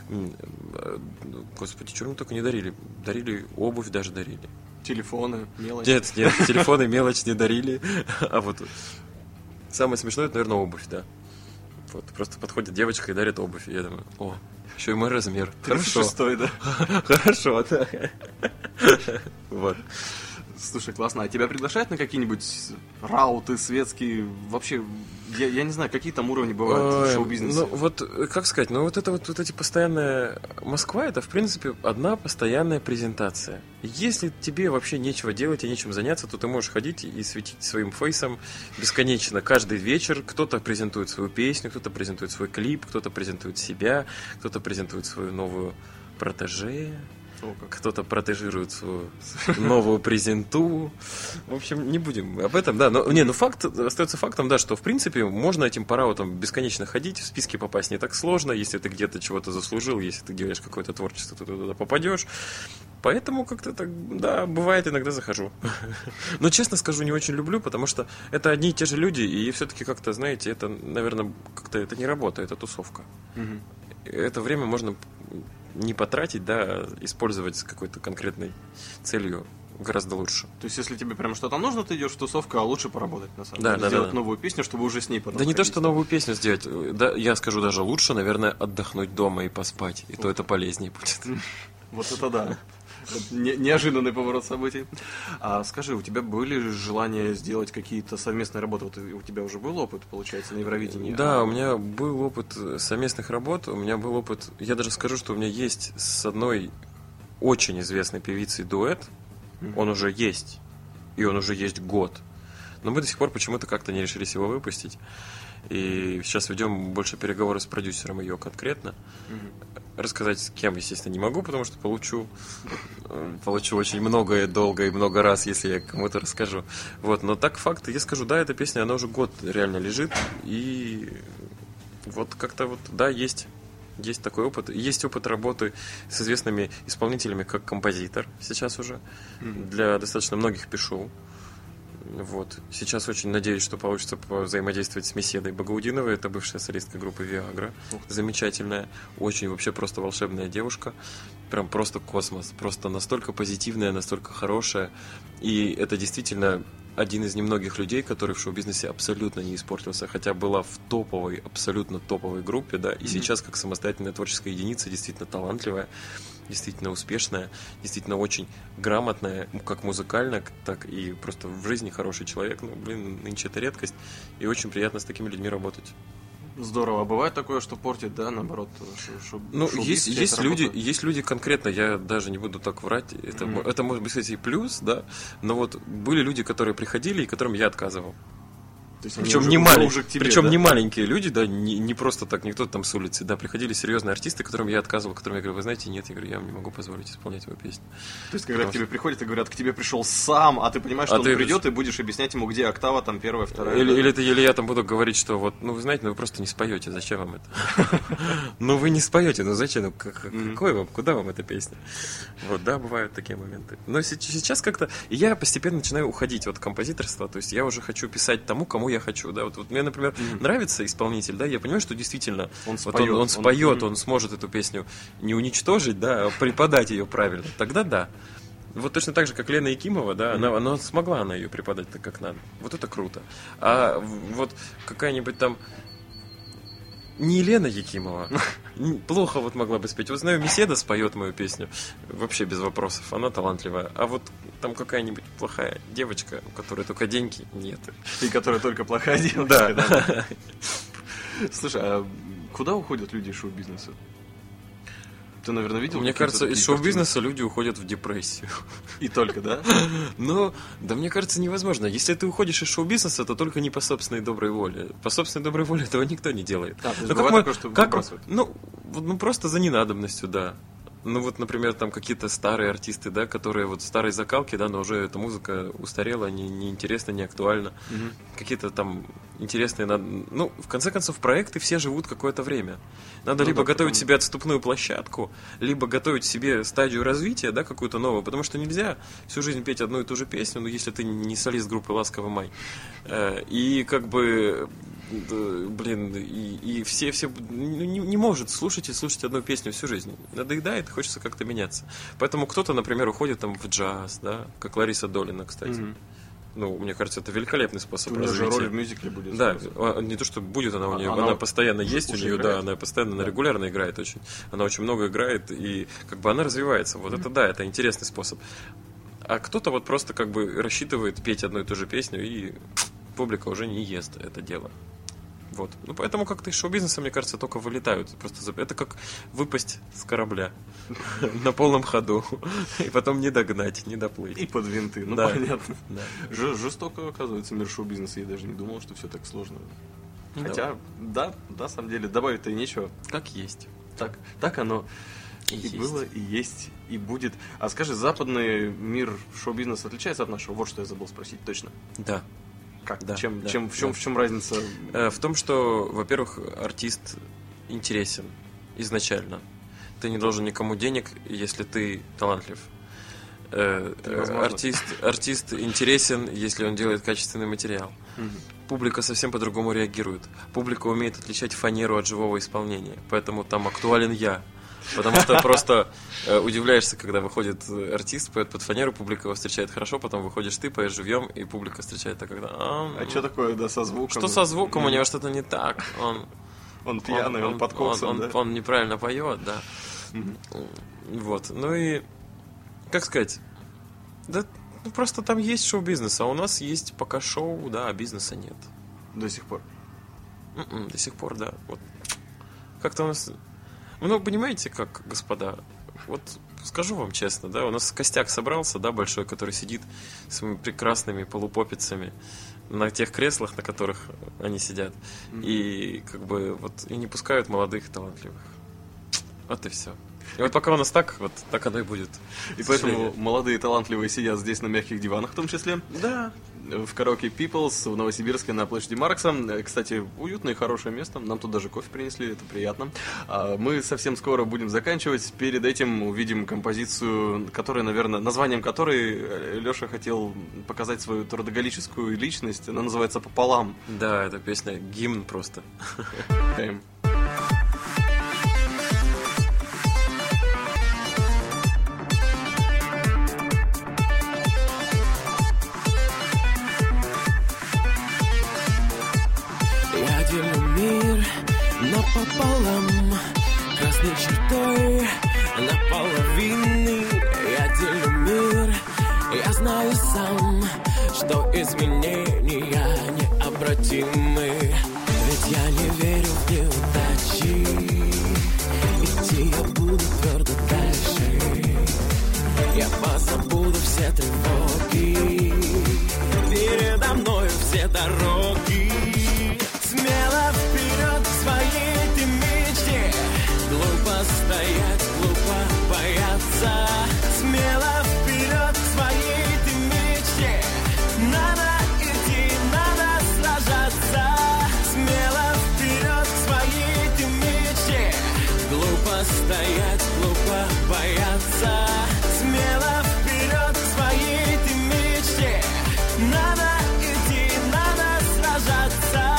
Господи, что мне только не дарили? Дарили обувь, даже дарили. Телефоны, мелочь? Нет, телефоны, мелочь не дарили, а вот... Самое смешное, это, наверное, обувь, да. Просто подходит девочка и дарит обувь. И я думаю, еще и мой размер. Хорошо. 36-й, да? Хорошо, да. Слушай, классно. А тебя приглашают на какие-нибудь рауты светские? Вообще, я не знаю, какие там уровни бывают в шоу-бизнесе? Ну, вот, как сказать, ну, вот эти постоянные... Москва — это, в принципе, одна постоянная презентация. Если тебе вообще нечего делать и нечем заняться, то ты можешь ходить и светить своим фейсом бесконечно. Каждый вечер кто-то презентует свою песню, кто-то презентует свой клип, кто-то презентует себя, кто-то презентует свою новую протеже. Кто-то протежирует свою новую презенту. В общем, не будем об этом, да. Но факт остается фактом, да, что в принципе можно этим по раутам бесконечно ходить, в списки попасть не так сложно, если ты где-то чего-то заслужил, если ты делаешь какое-то творчество, то ты туда попадешь. Поэтому как-то так, да, бывает, иногда захожу. Но, честно скажу, не очень люблю, потому что это одни и те же люди, и все-таки как-то, знаете, это, наверное, как-то это не работа, это тусовка. Это время можно не потратить, да, использовать с какой-то конкретной целью гораздо лучше. То есть, если тебе прям что-то нужно, ты идешь в тусовку, а лучше поработать, на самом деле. Да, сделать новую песню, чтобы уже с ней потом. Да не то, что новую песню сделать, да, я скажу даже лучше, наверное, отдохнуть дома и поспать, и то это полезнее будет. Вот это да. Неожиданный поворот событий. А скажи, у тебя были желания сделать какие-то совместные работы? Вот у тебя уже был опыт, получается, на Евровидении? Да, у меня был опыт совместных работ, у меня был опыт, я даже скажу, что у меня есть с одной очень известной певицей дуэт, он уже есть, и он уже есть год. Но мы до сих пор почему-то как-то не решились его выпустить. И сейчас ведем больше переговоры с продюсером ее конкретно. Рассказать с кем, естественно, не могу, потому что получу очень много и долго и много раз, если я кому-то расскажу. Вот, но так факт, я скажу, да, эта песня, она уже год реально лежит, и вот как-то вот, да, есть такой опыт. Есть опыт работы с известными исполнителями, как композитор сейчас уже. Для достаточно многих пишу. Вот. Сейчас очень надеюсь, что получится взаимодействовать с Меседой Багаудиновой. Это бывшая солистка группы Viagra. Замечательная, очень вообще просто волшебная девушка. Прям просто космос. Просто настолько позитивная, настолько хорошая. И это действительно один из немногих людей, который в шоу-бизнесе абсолютно не испортился. Хотя была в топовой, абсолютно топовой группе, да. И сейчас, как самостоятельная творческая единица, действительно талантливая, действительно успешная, действительно очень грамотная, как музыкально, так и просто в жизни хороший человек. Ну, блин, нынче это редкость, и очень приятно с такими людьми работать. Здорово. А бывает такое, что портит, да, наоборот? Ну, есть люди конкретно, я даже не буду так врать, это может быть, кстати, и плюс, да, но вот были люди, которые приходили и которым я отказывал. Причем не маленькие люди, да, не просто так, не кто-то там с улицы, да, приходили серьезные артисты, которым я отказывал, которым я говорю, вы знаете, нет, я говорю, я вам не могу позволить исполнять его песню. То есть, когда к тебе приходят и говорят, к тебе пришел сам, а ты понимаешь, что он придет и будешь объяснять ему, где октава, там первая, вторая. Или я там буду говорить, что вот, ну вы знаете, вы просто не споете, зачем вам это? Ну вы не споете, ну зачем, ну какой вам, куда вам эта песня? Вот, да, бывают такие моменты. Но сейчас как-то я постепенно начинаю уходить от композиторства, то есть я уже хочу писать тому, кому я хочу, да, вот мне, например, нравится исполнитель, да, я понимаю, что действительно он споет, он сможет эту песню не уничтожить, да, а преподать ее правильно, тогда да. Вот точно так же, как Лена Якимова, да, она смогла ее преподать так, как надо. Вот это круто. А вот какая-нибудь там не Елена Якимова, плохо вот могла бы спеть. Вот знаю, Меседа споет мою песню, вообще без вопросов, она талантливая. А вот там какая-нибудь плохая девочка, у которой только деньги, нет. И которая только плохая девочка. Да. Слушай, а куда уходят люди из шоу-бизнеса? Ты, наверное, видел? Мне кажется, из шоу-бизнеса люди уходят в депрессию. И только, да? Ну, да, мне кажется, невозможно. Если ты уходишь из шоу-бизнеса, то только не по собственной доброй воле. По собственной доброй воле этого никто не делает. Ну, просто за ненадобностью, да. Ну, вот, например, там какие-то старые артисты, да, которые вот старой закалки, да, но уже эта музыка устарела, не интересна, не актуальна. Какие-то там интересные... Ну, в конце концов, проекты все живут какое-то время. Надо либо готовить себе отступную площадку, либо готовить себе стадию развития, да, какую-то новую, потому что нельзя всю жизнь петь одну и ту же песню, ну, если ты не солист группы «Ласковый май». И как бы... Блин, и все не может слушать одну песню всю жизнь. Надоедает, хочется как-то меняться. Поэтому кто-то, например, уходит там в джаз, да, как Лариса Долина, кстати. Ну, мне кажется, это великолепный способ развития. У нее же роль в мюзикле будет. Да, не то, что будет она у нее, она постоянно есть у нее, да, она постоянно, она регулярно играет очень. Она очень много играет, и как бы она развивается. Вот это да, это интересный способ. А кто-то вот просто как бы рассчитывает петь одну и ту же песню, и публика уже не ест это дело. Вот. Ну, поэтому как-то из шоу-бизнеса, мне кажется, только вылетают. Просто это как выпасть с корабля на полном ходу. И потом не догнать, не доплыть. И под винты, ну Да. понятно. Да. Жестоко, оказывается, мир шоу-бизнеса. Я даже не думал, что все так сложно. Ну, Хотя, да, на самом деле, добавить-то и нечего. Как есть. Так оно И и есть. было, и есть, и будет. А скажи, западный мир шоу-бизнеса отличается от нашего? Вот что я забыл спросить точно. Да. Как? Да, В да, чем разница? В том, что, во-первых, артист интересен изначально. Ты не должен никому денег, если ты талантлив. Невозможно. Артист интересен, если он делает качественный материал. Публика совсем по-другому реагирует. Публика умеет отличать фанеру от живого исполнения. Поэтому там актуален я. Потому что просто удивляешься, когда выходит артист, поет под фанеру, публика его встречает хорошо, потом выходишь ты, поешь живьем, и публика встречает так, когда... А что такое, да, со звуком? Что со звуком? У него что-то не так. Он пьяный, он под коксом, да? Он неправильно поет, да. Вот. Ну и, как сказать, да, ну просто там есть шоу-бизнес, а у нас есть пока шоу, да, а бизнеса нет. До сих пор. До сих пор, да. Вот. Как-то у нас... Ну, понимаете, как, господа, вот скажу вам честно, да, у нас костяк собрался, да, большой, который сидит с своими прекрасными полупопицами на тех креслах, на которых они сидят, и как бы вот и не пускают молодых и талантливых. Вот и все. И вот пока у нас так, вот так оно и будет. И К поэтому сожалению. молодые талантливые сидят здесь на мягких диванах в том числе. Да. В караоке People's в Новосибирске на площади Маркса. Кстати, уютное и хорошее место. Нам тут даже кофе принесли, это приятно. Мы совсем скоро будем заканчивать. Перед этим увидим композицию, которая, наверное, названием которой Леша хотел показать свою трудоголическую личность. Она называется «Пополам». Да, эта песня гимн просто. Я делю мир напополам, красной чертой наполовины. Я делю мир, я знаю сам, что изменения необратимы. Ведь я не верю в неудачи, идти я буду твердо дальше. Я позабуду все тревоги, передо мною все дороги. Смело вперед к своей ты мечте, глупо стоять, глупо бояться. Смело вперед к своей ты мечте, надо идти, надо сражаться. Смело вперед к своей ты мечте, глупо стоять, глупо бояться. Смело вперед к своей ты мечте, надо идти, надо сражаться.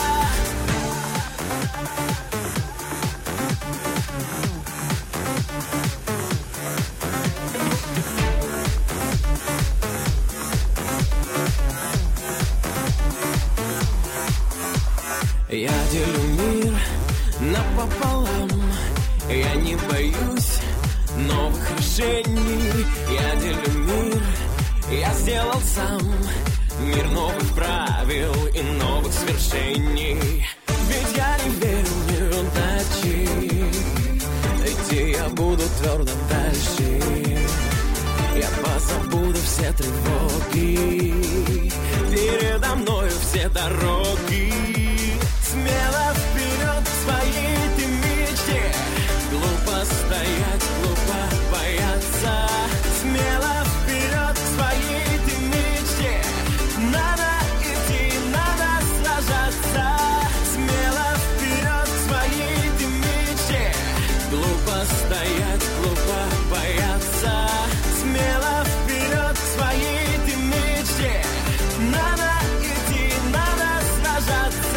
Я делю мир напополам, я не боюсь новых решений. Я делю мир, я сделал сам мир новых правил и новых свершений. Ведь я не верю в неудачи, идти я буду твердо дальше. Я позабуду все тревоги, передо мною все дороги. Смело вперед к своей ты мечте, глупо стоять, глупо бояться. Смело вперед к своей ты мечте, надо идти, надо сражаться. Смело вперед к своей ты мечте, глупо стоять, глупо бояться. Смело вперед к своей ты мечте, надо идти, надо сражаться.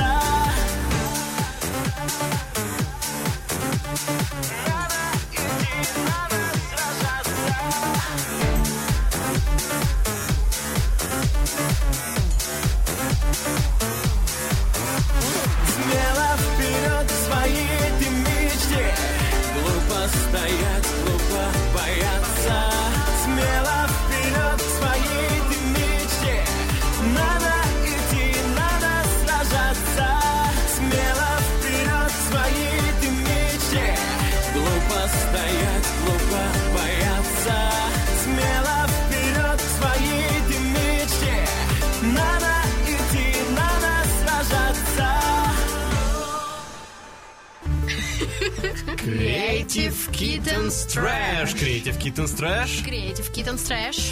Creative Kittens Trash. Creative Kittens Trash. Creative Kittens Trash.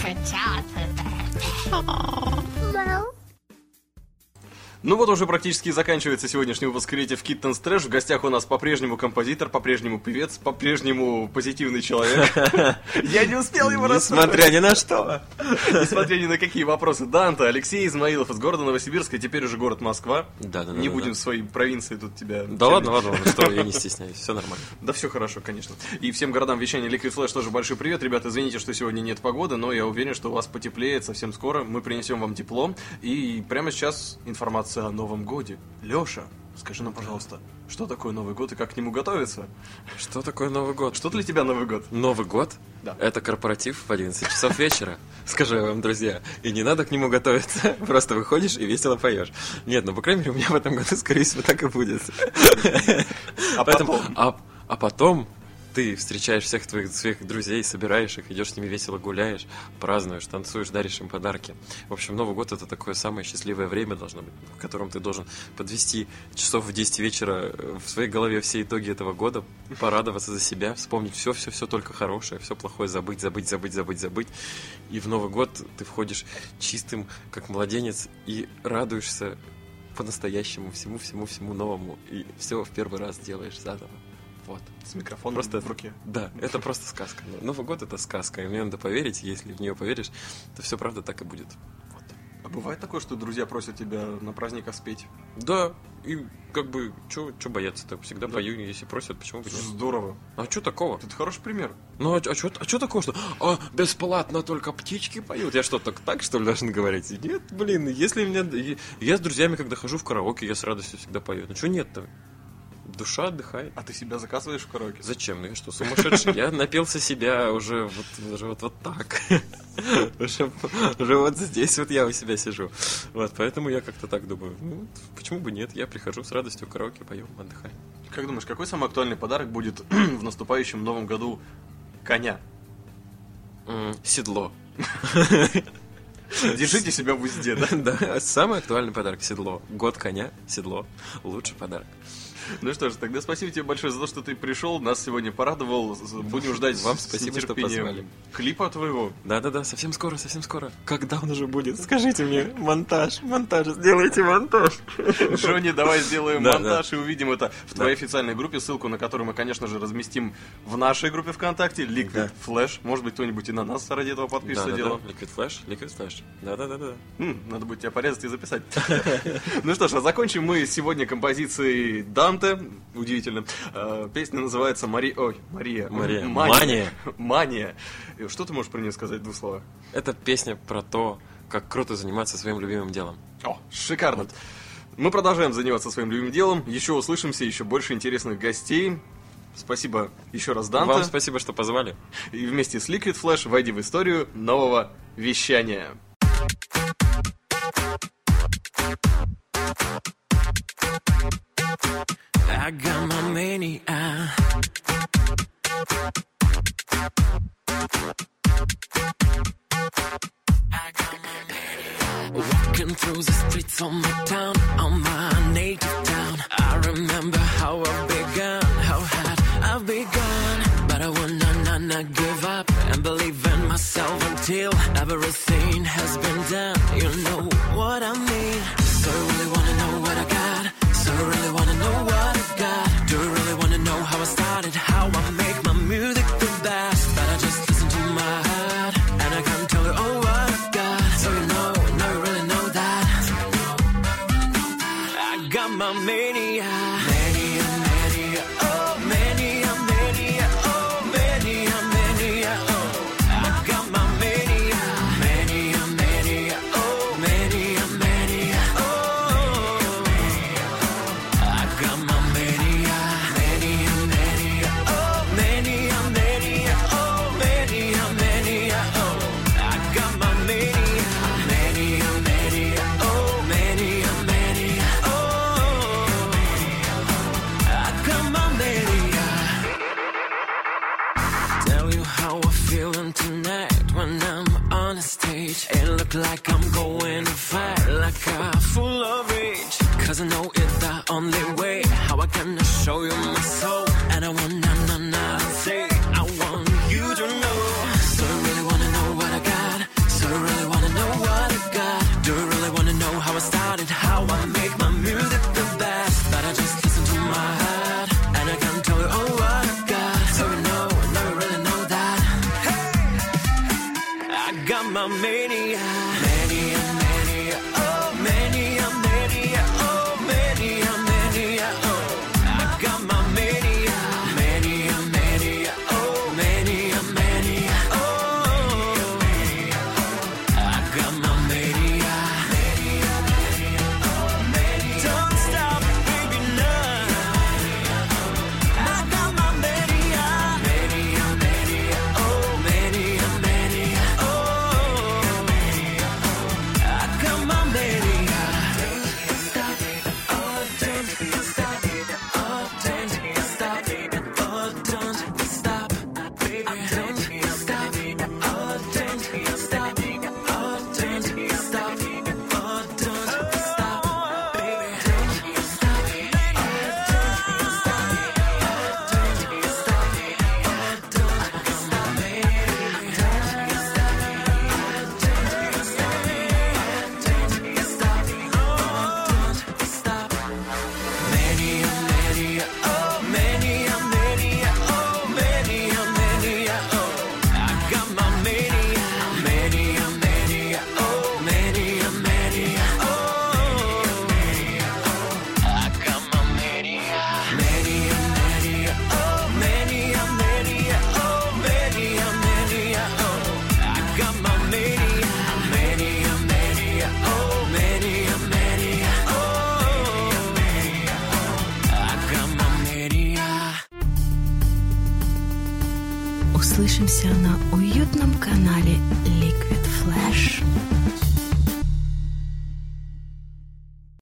Ну вот уже практически заканчивается сегодняшний выпуск Creative Kittens Trash. В гостях у нас по-прежнему композитор, по-прежнему певец, по-прежнему позитивный человек. Я не успел его рассмотреть. Несмотря ни на что. Несмотря ни на какие вопросы. Данте, Алексей Измаилов из города Новосибирска, теперь уже город Москва. Да. Не будем в своей провинции тут тебя... Да ладно, что, я не стесняюсь, все нормально. Да все хорошо, конечно. И всем городам вещания Liquid Flash тоже большой привет. Ребята, извините, что сегодня нет погоды, но я уверен, что у вас потеплеет совсем скоро. Мы принесем вам тепло. И прямо сейчас информация о Новом годе. Леша, скажи нам, пожалуйста, что такое Новый год и как к нему готовиться? Что такое Новый год? Что для тебя Новый год? Новый год? Да. Это корпоратив в 11 часов вечера. Скажу я вам, друзья. И не надо к нему готовиться. Просто выходишь и весело поешь. Нет, ну, по крайней мере, у меня в этом году, скорее всего, так и будет. А потом ты встречаешь всех своих друзей, собираешь их, идешь с ними весело гуляешь, празднуешь, танцуешь, даришь им подарки. В общем, Новый год — это такое самое счастливое время должно быть, в котором ты должен подвести часов в 10 вечера в своей голове все итоги этого года, порадоваться за себя, вспомнить все только хорошее, все плохое забыть. И в Новый год ты входишь чистым, как младенец, и радуешься по-настоящему всему новому. И все в первый раз делаешь заново. Вот. С микрофоном просто в руке. Да, это просто сказка. Новый год — это сказка, и мне надо поверить, если в нее поверишь, то все правда так и будет. Вот. А бывает такое, что друзья просят тебя на праздниках спеть? Да, и как бы, что бояться-то? Всегда пою, если просят, почему бы нет? Здорово. А что такого? Это хороший пример. Ну, а что такого, что бесплатно только птички поют? Я что, так что ли должен говорить? Нет, блин, если меня... Я с друзьями, когда хожу в караоке, я с радостью всегда пою. Ну, что нет-то? Душа отдыхает. А ты себя заказываешь в караоке? Зачем? Ну я что, сумасшедший? Я напился себя уже вот так. Уже вот здесь вот я у себя сижу. Вот, поэтому я как-то так думаю. Ну, почему бы нет? Я прихожу с радостью в караоке, пою, отдыхаю. Как думаешь, какой самый актуальный подарок будет в наступающем Новом году коня? Седло. Держите себя в узде, да? Да, самый актуальный подарок — седло. Год коня, седло. Лучший подарок. Ну что ж, тогда спасибо тебе большое за то, что ты пришел, нас сегодня порадовал. Будем ждать вам спасибо, что позвали. Клипа твоего. Да, совсем скоро. Когда он уже будет? Скажите мне, монтаж, сделайте монтаж. Джонни, давай сделаем монтаж и увидим это в твоей официальной группе, ссылку на которую мы, конечно же, разместим в нашей группе ВКонтакте, Liquid Flash. Может быть, кто-нибудь и на нас ради этого подпишется дело. Liquid Flash. Да. Надо будет тебя порезать и записать. Ну что ж, а закончим мы сегодня композицией Данте. Удивительно. Песня называется Мания. Мания. Что ты можешь про нее сказать в двух словах? Это песня про то, как круто заниматься своим любимым делом. О, шикарно. Вот. Мы продолжаем заниматься своим любимым делом. Еще услышимся, еще больше интересных гостей. Спасибо еще раз, Данте. Вам спасибо, что позвали. И вместе с Liquid Flash войди в историю нового вещания. I got my mania. Walking through the streets of my town, on my native town. I remember how I began, how had I begun. But I would not give up and believe in myself until everything has been done. You know what I mean? So I really wanna know what I got. So I really wanna know what I got. Do you really wanna know how I started? How I make my music the best? But I just listen to my heart, and I can't tell you all what I got. So you know, now you really know that. I got my mania. Mania, oh mania, oh mania, oh. I got my mania. Mania, oh mania, oh. I got my mania. Mania, oh mania, oh mania, oh. I got my mania. Mania, oh mania, oh. 'cause I know it's the only way. How I can show you my soul, and I wanna say I want you to know. So I really wanna know what I got. So I really wanna know what I got. Do you really wanna know how I started? How I make my music the best? But I just listen to my heart, and I can tell you all what I got. So you know, now you really know that. Hey, I got my mania, mania, mania, oh mania, mania, oh mania, mania, oh. I got my mania, mania, mania, oh mania, mania, oh. I got my mania, mania, mania, oh mania. Don't stop, baby, now. I got my mania, mania, mania, oh mania, mania, oh. I got my mania. Don't stop, oh don't stop, oh don't stop, oh don't stop, baby. Don't stop, oh don't stop, oh don't stop, oh don't stop, baby. Don't stop, oh don't stop, oh don't stop, oh don't stop, mania, mania, oh mania, mania, oh mania, mania, oh. I got my mania, mania, mania, oh mania, mania, oh. I got my mania, mania, mania, oh mania, mania, oh mania, mania, oh. I got my mania, mania, mania, oh mania, mania, oh. I got my mania. Услышимся на уютном канале Liquid Flash.